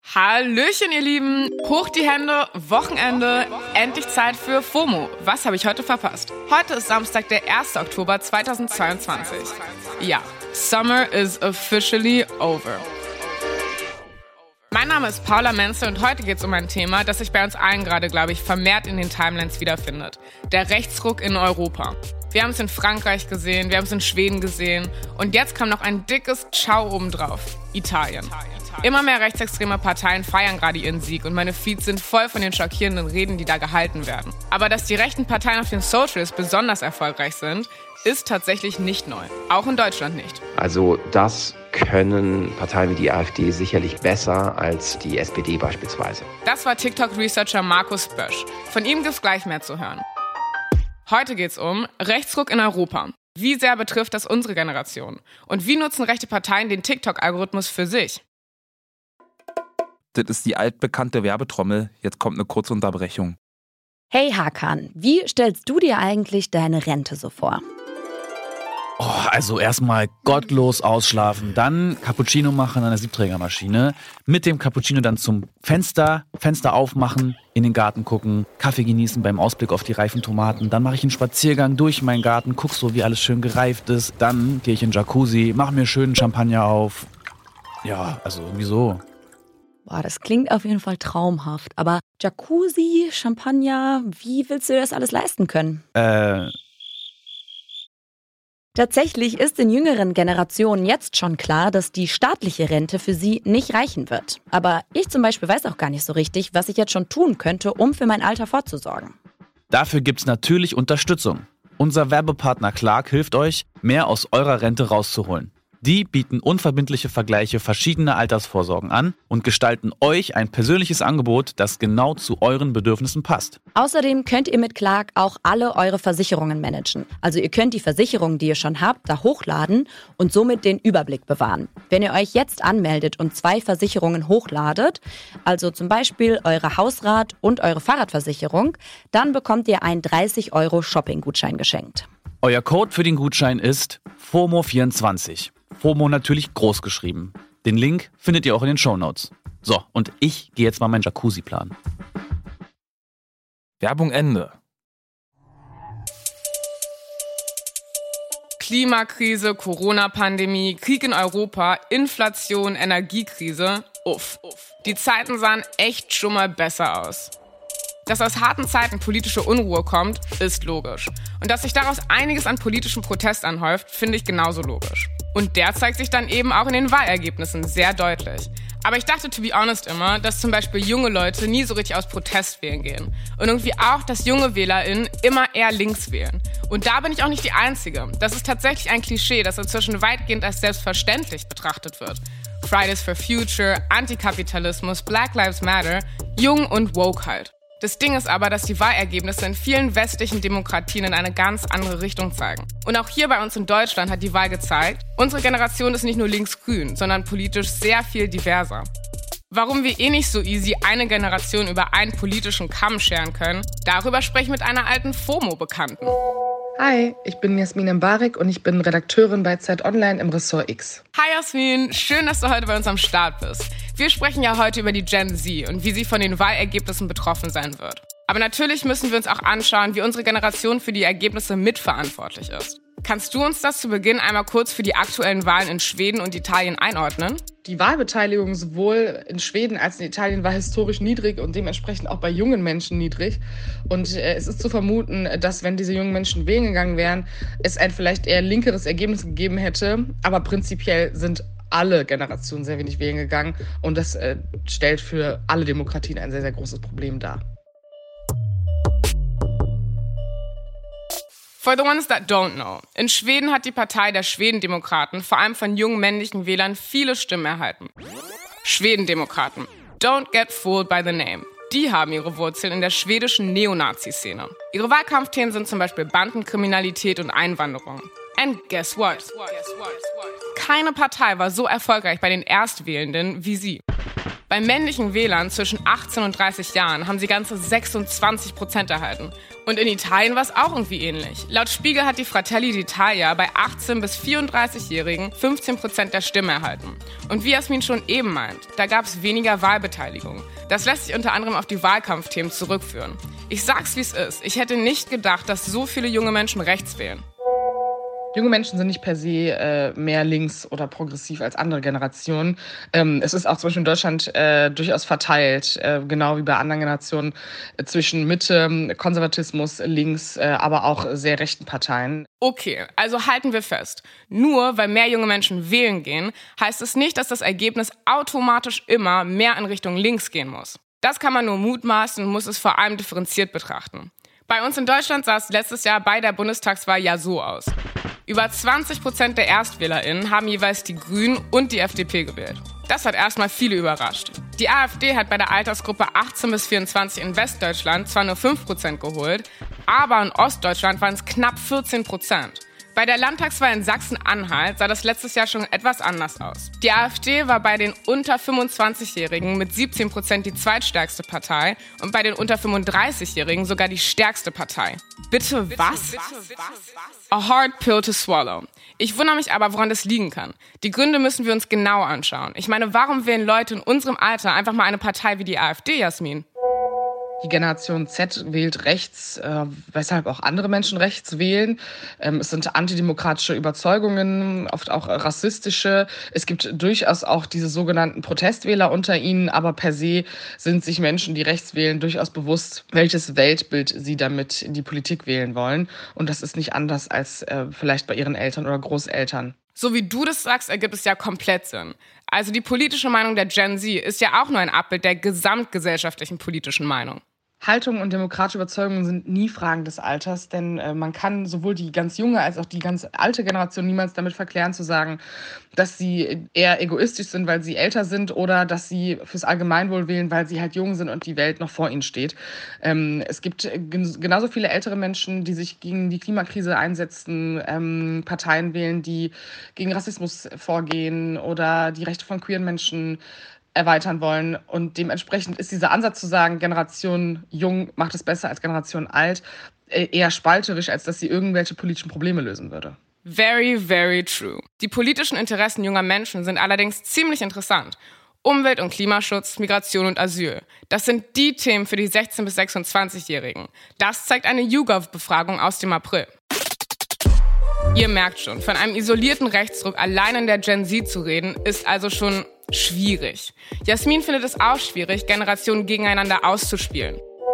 Hallöchen, ihr Lieben! Hoch die Hände, Wochenende, endlich Zeit für FOMO. Was habe ich heute verpasst? Heute ist Samstag, der 1. Oktober 2022. Ja, Summer is officially over. Mein Name ist Paula Menzel und heute geht es um ein Thema, das sich bei uns allen gerade, glaube ich, vermehrt in den Timelines wiederfindet. Der Rechtsruck in Europa. Wir haben es in Frankreich gesehen, wir haben es in Schweden gesehen und jetzt kam noch ein dickes Ciao obendrauf. Italien. Immer mehr rechtsextreme Parteien feiern gerade ihren Sieg und meine Feeds sind voll von den schockierenden Reden, die da gehalten werden. Aber dass die rechten Parteien auf den Socials besonders erfolgreich sind, ist tatsächlich nicht neu. Auch in Deutschland nicht. Also das können Parteien wie die AfD sicherlich besser als die SPD beispielsweise. Das war TikTok-Researcher Markus Bösch. Von ihm gibt's gleich mehr zu hören. Heute geht's um Rechtsruck in Europa. Wie sehr betrifft das unsere Generation? Und wie nutzen rechte Parteien den TikTok-Algorithmus für sich? Das ist die altbekannte Werbetrommel. Jetzt kommt eine kurze Unterbrechung. Hey Hakan, wie stellst du dir eigentlich deine Rente so vor? Also erstmal gottlos ausschlafen, dann Cappuccino machen an der Siebträgermaschine, mit dem Cappuccino dann zum Fenster aufmachen, in den Garten gucken, Kaffee genießen beim Ausblick auf die reifen Tomaten, dann mache ich einen Spaziergang durch meinen Garten, guck so, wie alles schön gereift ist, dann gehe ich in den Jacuzzi, mache mir schönen Champagner auf. Ja, also irgendwie so. Boah, das klingt auf jeden Fall traumhaft, aber Jacuzzi, Champagner, wie willst du dir das alles leisten können? Tatsächlich ist in jüngeren Generationen jetzt schon klar, dass die staatliche Rente für sie nicht reichen wird. Aber ich zum Beispiel weiß auch gar nicht so richtig, was ich jetzt schon tun könnte, um für mein Alter vorzusorgen. Dafür gibt's natürlich Unterstützung. Unser Werbepartner Clark hilft euch, mehr aus eurer Rente rauszuholen. Die bieten unverbindliche Vergleiche verschiedener Altersvorsorgen an und gestalten euch ein persönliches Angebot, das genau zu euren Bedürfnissen passt. Außerdem könnt ihr mit Clark auch alle eure Versicherungen managen. Also ihr könnt die Versicherungen, die ihr schon habt, da hochladen und somit den Überblick bewahren. Wenn ihr euch jetzt anmeldet und 2 Versicherungen hochladet, also zum Beispiel eure Hausrat- und eure Fahrradversicherung, dann bekommt ihr einen 30 € Shopping-Gutschein geschenkt. Euer Code für den Gutschein ist FOMO24. FOMO natürlich groß geschrieben. Den Link findet ihr auch in den Shownotes. So, und ich gehe jetzt mal meinen Jacuzzi planen. Werbung Ende. Klimakrise, Corona-Pandemie, Krieg in Europa, Inflation, Energiekrise. Uff. Die Zeiten sahen echt schon mal besser aus. Dass aus harten Zeiten politische Unruhe kommt, ist logisch. Und dass sich daraus einiges an politischem Protest anhäuft, finde ich genauso logisch. Und der zeigt sich dann eben auch in den Wahlergebnissen sehr deutlich. Aber ich dachte, to be honest, immer, dass zum Beispiel junge Leute nie so richtig aus Protest wählen gehen. Und irgendwie auch, dass junge WählerInnen immer eher links wählen. Und da bin ich auch nicht die Einzige. Das ist tatsächlich ein Klischee, das inzwischen weitgehend als selbstverständlich betrachtet wird. Fridays for Future, Antikapitalismus, Black Lives Matter, jung und woke halt. Das Ding ist aber, dass die Wahlergebnisse in vielen westlichen Demokratien in eine ganz andere Richtung zeigen. Und auch hier bei uns in Deutschland hat die Wahl gezeigt, unsere Generation ist nicht nur links-grün, sondern politisch sehr viel diverser. Warum wir nicht so easy eine Generation über einen politischen Kamm scheren können, darüber spreche ich mit einer alten FOMO-Bekannten. Hi, ich bin Jasmin Mbarek und ich bin Redakteurin bei Zeit Online im Ressort X. Hi Jasmin, schön, dass du heute bei uns am Start bist. Wir sprechen ja heute über die Gen Z und wie sie von den Wahlergebnissen betroffen sein wird. Aber natürlich müssen wir uns auch anschauen, wie unsere Generation für die Ergebnisse mitverantwortlich ist. Kannst du uns das zu Beginn einmal kurz für die aktuellen Wahlen in Schweden und Italien einordnen? Die Wahlbeteiligung sowohl in Schweden als in Italien war historisch niedrig und dementsprechend auch bei jungen Menschen niedrig. Und es ist zu vermuten, dass wenn diese jungen Menschen wählen gegangen wären, es ein vielleicht eher linkeres Ergebnis gegeben hätte. Aber prinzipiell sind alle Generationen sehr wenig wählen gegangen und das stellt für alle Demokratien ein sehr, sehr großes Problem dar. For the ones that don't know, in Schweden hat die Partei der Schwedendemokraten vor allem von jungen männlichen Wählern viele Stimmen erhalten. Schwedendemokraten. Don't get fooled by the name. Die haben ihre Wurzeln in der schwedischen Neonazi-Szene. Ihre Wahlkampfthemen sind zum Beispiel Bandenkriminalität und Einwanderung. And guess what? Keine Partei war so erfolgreich bei den Erstwählenden wie sie. Bei männlichen Wählern zwischen 18 und 30 Jahren haben sie ganze 26% erhalten. Und in Italien war es auch irgendwie ähnlich. Laut Spiegel hat die Fratelli d'Italia bei 18- bis 34-Jährigen 15% der Stimme erhalten. Und wie Jasmin schon eben meint, da gab es weniger Wahlbeteiligung. Das lässt sich unter anderem auf die Wahlkampfthemen zurückführen. Ich sag's wie es ist, ich hätte nicht gedacht, dass so viele junge Menschen rechts wählen. Junge Menschen sind nicht per se mehr links oder progressiv als andere Generationen. Es ist auch zum Beispiel in Deutschland durchaus verteilt, genau wie bei anderen Generationen, zwischen Mitte, Konservatismus, links, aber auch sehr rechten Parteien. Okay, also halten wir fest. Nur weil mehr junge Menschen wählen gehen, heißt es nicht, dass das Ergebnis automatisch immer mehr in Richtung links gehen muss. Das kann man nur mutmaßen und muss es vor allem differenziert betrachten. Bei uns in Deutschland sah es letztes Jahr bei der Bundestagswahl ja so aus. Über 20% der ErstwählerInnen haben jeweils die Grünen und die FDP gewählt. Das hat erstmal viele überrascht. Die AfD hat bei der Altersgruppe 18 bis 24 in Westdeutschland zwar nur 5% geholt, aber in Ostdeutschland waren es knapp 14%. Bei der Landtagswahl in Sachsen-Anhalt sah das letztes Jahr schon etwas anders aus. Die AfD war bei den unter 25-Jährigen mit 17% die zweitstärkste Partei und bei den unter 35-Jährigen sogar die stärkste Partei. Bitte was? A hard pill to swallow. Ich wundere mich aber, woran das liegen kann. Die Gründe müssen wir uns genau anschauen. Ich meine, warum wählen Leute in unserem Alter einfach mal eine Partei wie die AfD, Jasmin? Die Generation Z wählt rechts, weshalb auch andere Menschen rechts wählen. Es sind antidemokratische Überzeugungen, oft auch rassistische. Es gibt durchaus auch diese sogenannten Protestwähler unter ihnen, aber per se sind sich Menschen, die rechts wählen, durchaus bewusst, welches Weltbild sie damit in die Politik wählen wollen. Und das ist nicht anders als vielleicht bei ihren Eltern oder Großeltern. So wie du das sagst, ergibt es ja komplett Sinn. Also die politische Meinung der Gen Z ist ja auch nur ein Abbild der gesamtgesellschaftlichen politischen Meinung. Haltung und demokratische Überzeugungen sind nie Fragen des Alters, denn man kann sowohl die ganz junge als auch die ganz alte Generation niemals damit verklären zu sagen, dass sie eher egoistisch sind, weil sie älter sind oder dass sie fürs Allgemeinwohl wählen, weil sie halt jung sind und die Welt noch vor ihnen steht. Es gibt genauso viele ältere Menschen, die sich gegen die Klimakrise einsetzen, Parteien wählen, die gegen Rassismus vorgehen oder die Rechte von queeren Menschen erweitern wollen. Und dementsprechend ist dieser Ansatz zu sagen, Generation jung macht es besser als Generation alt, eher spalterisch, als dass sie irgendwelche politischen Probleme lösen würde. Very, very true. Die politischen Interessen junger Menschen sind allerdings ziemlich interessant. Umwelt- und Klimaschutz, Migration und Asyl. Das sind die Themen für die 16- bis 26-Jährigen. Das zeigt eine YouGov-Befragung aus dem April. Ihr merkt schon, von einem isolierten Rechtsruck allein in der Gen Z zu reden, ist also schon schwierig. Jasmin findet es auch schwierig, Generationen gegeneinander auszuspielen.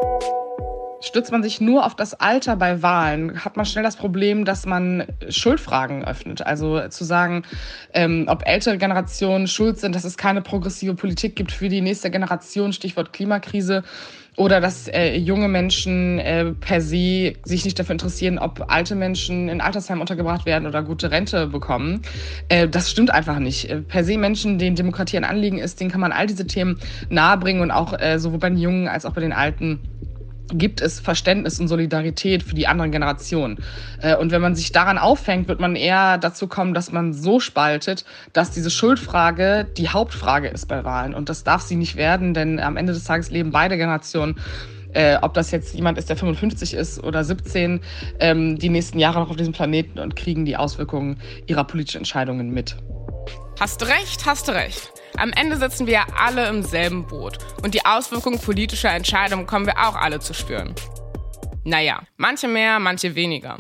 Stützt man sich nur auf das Alter bei Wahlen, hat man schnell das Problem, dass man Schuldfragen öffnet. Also zu sagen, ob ältere Generationen schuld sind, dass es keine progressive Politik gibt für die nächste Generation, Stichwort Klimakrise, oder dass junge Menschen per se sich nicht dafür interessieren, ob alte Menschen in Altersheimen untergebracht werden oder gute Rente bekommen. Das stimmt einfach nicht. Per se Menschen, denen Demokratie ein Anliegen ist, denen kann man all diese Themen nahebringen und auch sowohl bei den Jungen als auch bei den Alten gibt es Verständnis und Solidarität für die anderen Generationen. Und wenn man sich daran aufhängt, wird man eher dazu kommen, dass man so spaltet, dass diese Schuldfrage die Hauptfrage ist bei Wahlen. Und das darf sie nicht werden, denn am Ende des Tages leben beide Generationen, ob das jetzt jemand ist, der 55 ist oder 17, die nächsten Jahre noch auf diesem Planeten und kriegen die Auswirkungen ihrer politischen Entscheidungen mit. Hast du recht, hast du recht. Am Ende sitzen wir ja alle im selben Boot. Und die Auswirkungen politischer Entscheidungen kommen wir auch alle zu spüren. Naja, manche mehr, manche weniger.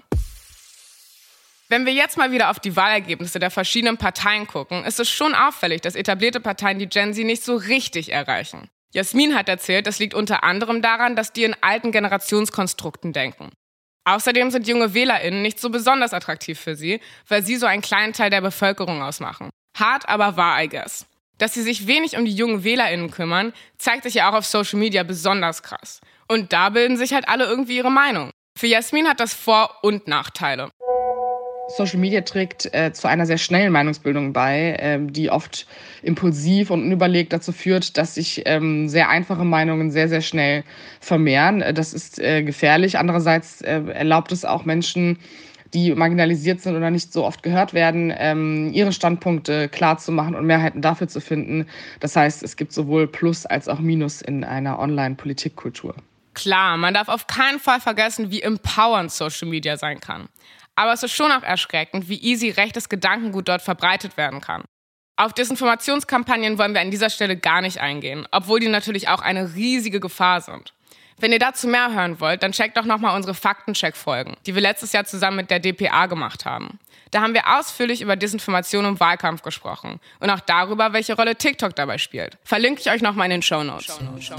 Wenn wir jetzt mal wieder auf die Wahlergebnisse der verschiedenen Parteien gucken, ist es schon auffällig, dass etablierte Parteien die Gen Z nicht so richtig erreichen. Jasmin hat erzählt, das liegt unter anderem daran, dass die in alten Generationskonstrukten denken. Außerdem sind junge WählerInnen nicht so besonders attraktiv für sie, weil sie so einen kleinen Teil der Bevölkerung ausmachen. Hart, aber wahr, I guess. Dass sie sich wenig um die jungen WählerInnen kümmern, zeigt sich ja auch auf Social Media besonders krass. Und da bilden sich halt alle irgendwie ihre Meinung. Für Jasmin hat das Vor- und Nachteile. Social Media trägt zu einer sehr schnellen Meinungsbildung bei, die oft impulsiv und unüberlegt dazu führt, dass sich sehr einfache Meinungen sehr, sehr schnell vermehren. Das ist gefährlich. Andererseits erlaubt es auch Menschen, die marginalisiert sind oder nicht so oft gehört werden, ihre Standpunkte klar zu machen und Mehrheiten dafür zu finden. Das heißt, es gibt sowohl Plus als auch Minus in einer Online-Politikkultur. Klar, man darf auf keinen Fall vergessen, wie empowernd Social Media sein kann. Aber es ist schon auch erschreckend, wie easy rechtes Gedankengut dort verbreitet werden kann. Auf Desinformationskampagnen wollen wir an dieser Stelle gar nicht eingehen, obwohl die natürlich auch eine riesige Gefahr sind. Wenn ihr dazu mehr hören wollt, dann checkt doch nochmal unsere Faktencheck-Folgen, die wir letztes Jahr zusammen mit der dpa gemacht haben. Da haben wir ausführlich über Desinformation im Wahlkampf gesprochen und auch darüber, welche Rolle TikTok dabei spielt. Verlinke ich euch nochmal in den Shownotes.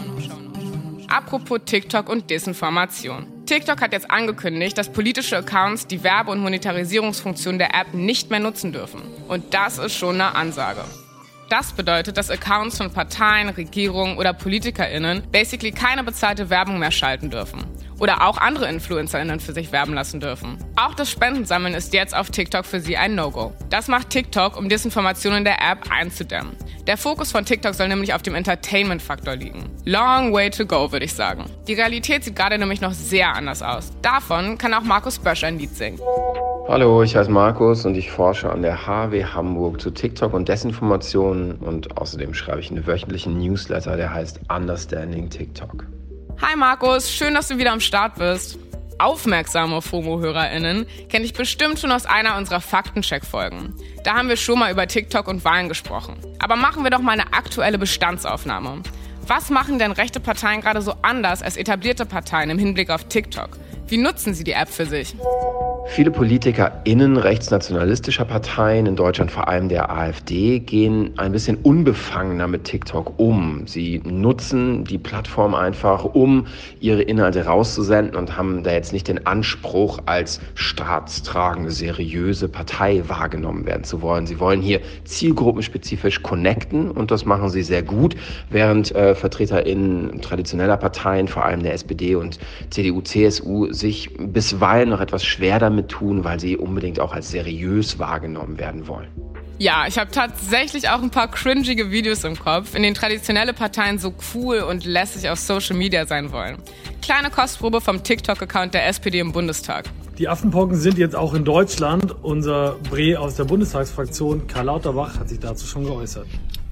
Apropos TikTok und Desinformation. TikTok hat jetzt angekündigt, dass politische Accounts die Werbe- und Monetarisierungsfunktion der App nicht mehr nutzen dürfen. Und das ist schon eine Ansage. Das bedeutet, dass Accounts von Parteien, Regierungen oder PolitikerInnen basically keine bezahlte Werbung mehr schalten dürfen. Oder auch andere InfluencerInnen für sich werben lassen dürfen. Auch das Spendensammeln ist jetzt auf TikTok für sie ein No-Go. Das macht TikTok, um Desinformationen der App einzudämmen. Der Fokus von TikTok soll nämlich auf dem Entertainment-Faktor liegen. Long way to go, würde ich sagen. Die Realität sieht gerade nämlich noch sehr anders aus. Davon kann auch Markus Bösch ein Lied singen. Hallo, ich heiße Markus und ich forsche an der HW Hamburg zu TikTok und Desinformationen und außerdem schreibe ich einen wöchentlichen Newsletter, der heißt Understanding TikTok. Hi Markus, schön, dass du wieder am Start bist. Aufmerksame FOMO-HörerInnen kenne ich bestimmt schon aus einer unserer Faktencheck-Folgen. Da haben wir schon mal über TikTok und Wahlen gesprochen. Aber machen wir doch mal eine aktuelle Bestandsaufnahme. Was machen denn rechte Parteien gerade so anders als etablierte Parteien im Hinblick auf TikTok? Wie nutzen sie die App für sich? Viele PolitikerInnen rechtsnationalistischer Parteien, in Deutschland vor allem der AfD, gehen ein bisschen unbefangener mit TikTok um. Sie nutzen die Plattform einfach, um ihre Inhalte rauszusenden und haben da jetzt nicht den Anspruch, als staatstragende, seriöse Partei wahrgenommen werden zu wollen. Sie wollen hier zielgruppenspezifisch connecten und das machen sie sehr gut, während VertreterInnen traditioneller Parteien, vor allem der SPD und CDU, CSU, sich bisweilen noch etwas schwer damit tun, weil sie unbedingt auch als seriös wahrgenommen werden wollen. Ja, ich habe tatsächlich auch ein paar cringige Videos im Kopf, in denen traditionelle Parteien so cool und lässig auf Social Media sein wollen. Kleine Kostprobe vom TikTok-Account der SPD im Bundestag. Die Affenpocken sind jetzt auch in Deutschland. Unser Bre aus der Bundestagsfraktion, Karl Lauterbach, hat sich dazu schon geäußert.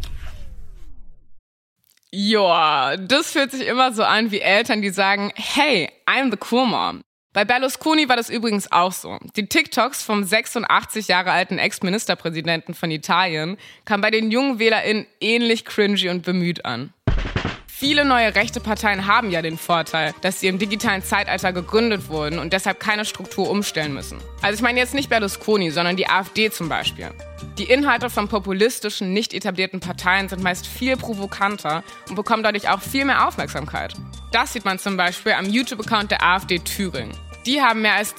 Joa, das fühlt sich immer so an wie Eltern, die sagen, hey, I'm the cool mom. Bei Berlusconi war das übrigens auch so. Die TikToks vom 86 Jahre alten Ex-Ministerpräsidenten von Italien kamen bei den jungen WählerInnen ähnlich cringy und bemüht an. Viele neue rechte Parteien haben ja den Vorteil, dass sie im digitalen Zeitalter gegründet wurden und deshalb keine Struktur umstellen müssen. Also ich meine jetzt nicht Berlusconi, sondern die AfD zum Beispiel. Die Inhalte von populistischen, nicht etablierten Parteien sind meist viel provokanter und bekommen dadurch auch viel mehr Aufmerksamkeit. Das sieht man zum Beispiel am YouTube-Account der AfD Thüringen. Die haben mehr als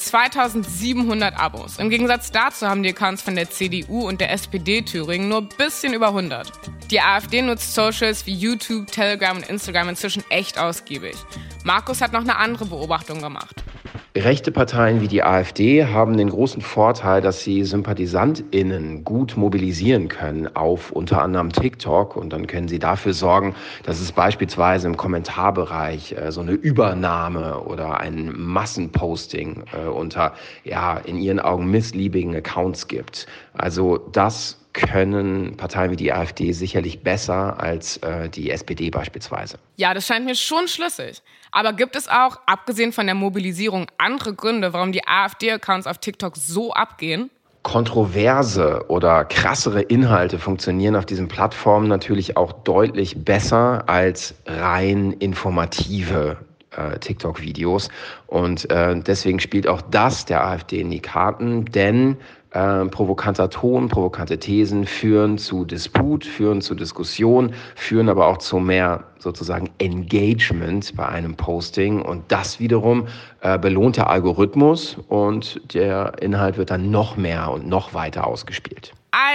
2700 Abos. Im Gegensatz dazu haben die Accounts von der CDU und der SPD Thüringen nur ein bisschen über 100. Die AfD nutzt Socials wie YouTube, Telegram und Instagram inzwischen echt ausgiebig. Markus hat noch eine andere Beobachtung gemacht. Rechte Parteien wie die AfD haben den großen Vorteil, dass sie SympathisantInnen gut mobilisieren können auf unter anderem TikTok und dann können sie dafür sorgen, dass es beispielsweise im Kommentarbereich so eine Übernahme oder ein Massenposting unter in ihren Augen missliebigen Accounts gibt. Also das können Parteien wie die AfD sicherlich besser als die SPD beispielsweise. Ja, das scheint mir schon schlüssig. Aber gibt es auch, abgesehen von der Mobilisierung, andere Gründe, warum die AfD-Accounts auf TikTok so abgehen? Kontroverse oder krassere Inhalte funktionieren auf diesen Plattformen natürlich auch deutlich besser als rein informative TikTok-Videos. Und deswegen spielt auch das der AfD in die Karten, denn provokanter Ton, provokante Thesen führen zu Disput, führen zu Diskussion, führen aber auch zu mehr sozusagen Engagement bei einem Posting und das wiederum belohnt der Algorithmus und der Inhalt wird dann noch mehr und noch weiter ausgespielt.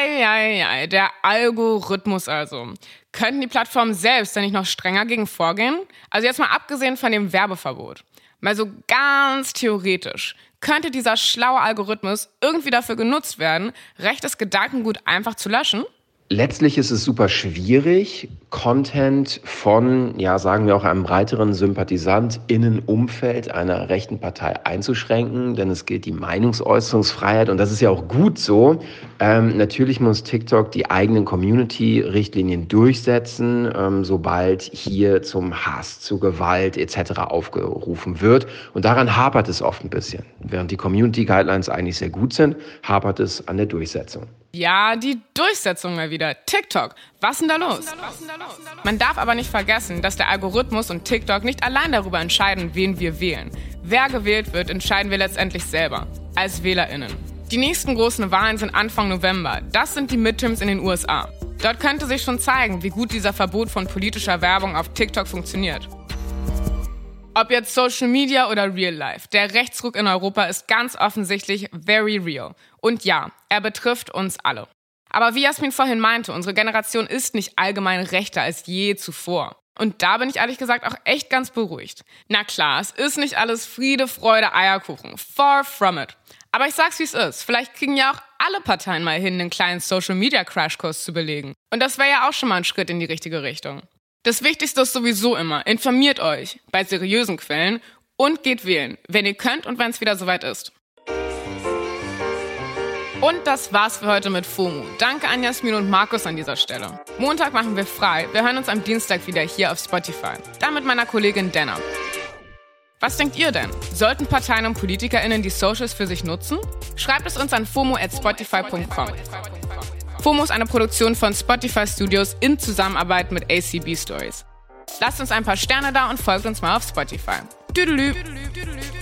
Ei, der Algorithmus also. Könnten die Plattformen selbst denn nicht noch strenger gegen vorgehen? Also jetzt mal abgesehen von dem Werbeverbot. Mal so ganz theoretisch. Könnte dieser schlaue Algorithmus irgendwie dafür genutzt werden, rechtes Gedankengut einfach zu löschen? Letztlich ist es super schwierig, Content von, sagen wir auch einem breiteren SympathisantInnenumfeld einer rechten Partei einzuschränken, denn es gilt die Meinungsäußerungsfreiheit und das ist ja auch gut so. Natürlich muss TikTok die eigenen Community-Richtlinien durchsetzen, sobald hier zum Hass, zu Gewalt etc. aufgerufen wird. Und daran hapert es oft ein bisschen. Während die Community-Guidelines eigentlich sehr gut sind, hapert es an der Durchsetzung. Ja, die Durchsetzung mal wieder. TikTok, was ist denn da los? Man darf aber nicht vergessen, dass der Algorithmus und TikTok nicht allein darüber entscheiden, wen wir wählen. Wer gewählt wird, entscheiden wir letztendlich selber, als WählerInnen. Die nächsten großen Wahlen sind Anfang November. Das sind die Midterms in den USA. Dort könnte sich schon zeigen, wie gut dieser Verbot von politischer Werbung auf TikTok funktioniert. Ob jetzt Social Media oder Real Life, der Rechtsruck in Europa ist ganz offensichtlich very real. Und ja, er betrifft uns alle. Aber wie Jasmin vorhin meinte, unsere Generation ist nicht allgemein rechter als je zuvor. Und da bin ich ehrlich gesagt auch echt ganz beruhigt. Na klar, es ist nicht alles Friede, Freude, Eierkuchen. Far from it. Aber ich sag's wie es ist. Vielleicht kriegen ja auch alle Parteien mal hin, einen kleinen Social-Media-Crashkurs zu belegen. Und das wäre ja auch schon mal ein Schritt in die richtige Richtung. Das Wichtigste ist sowieso immer, informiert euch bei seriösen Quellen und geht wählen, wenn ihr könnt und wenn es wieder soweit ist. Und das war's für heute mit FOMO. Danke an Jasmin und Markus an dieser Stelle. Montag machen wir frei. Wir hören uns am Dienstag wieder hier auf Spotify. Dann mit meiner Kollegin Denna. Was denkt ihr denn? Sollten Parteien und PolitikerInnen die Socials für sich nutzen? Schreibt es uns an fomo@spotify.com. FOMO ist eine Produktion von Spotify Studios in Zusammenarbeit mit ACB Stories. Lasst uns ein paar Sterne da und folgt uns mal auf Spotify. Tüdelü.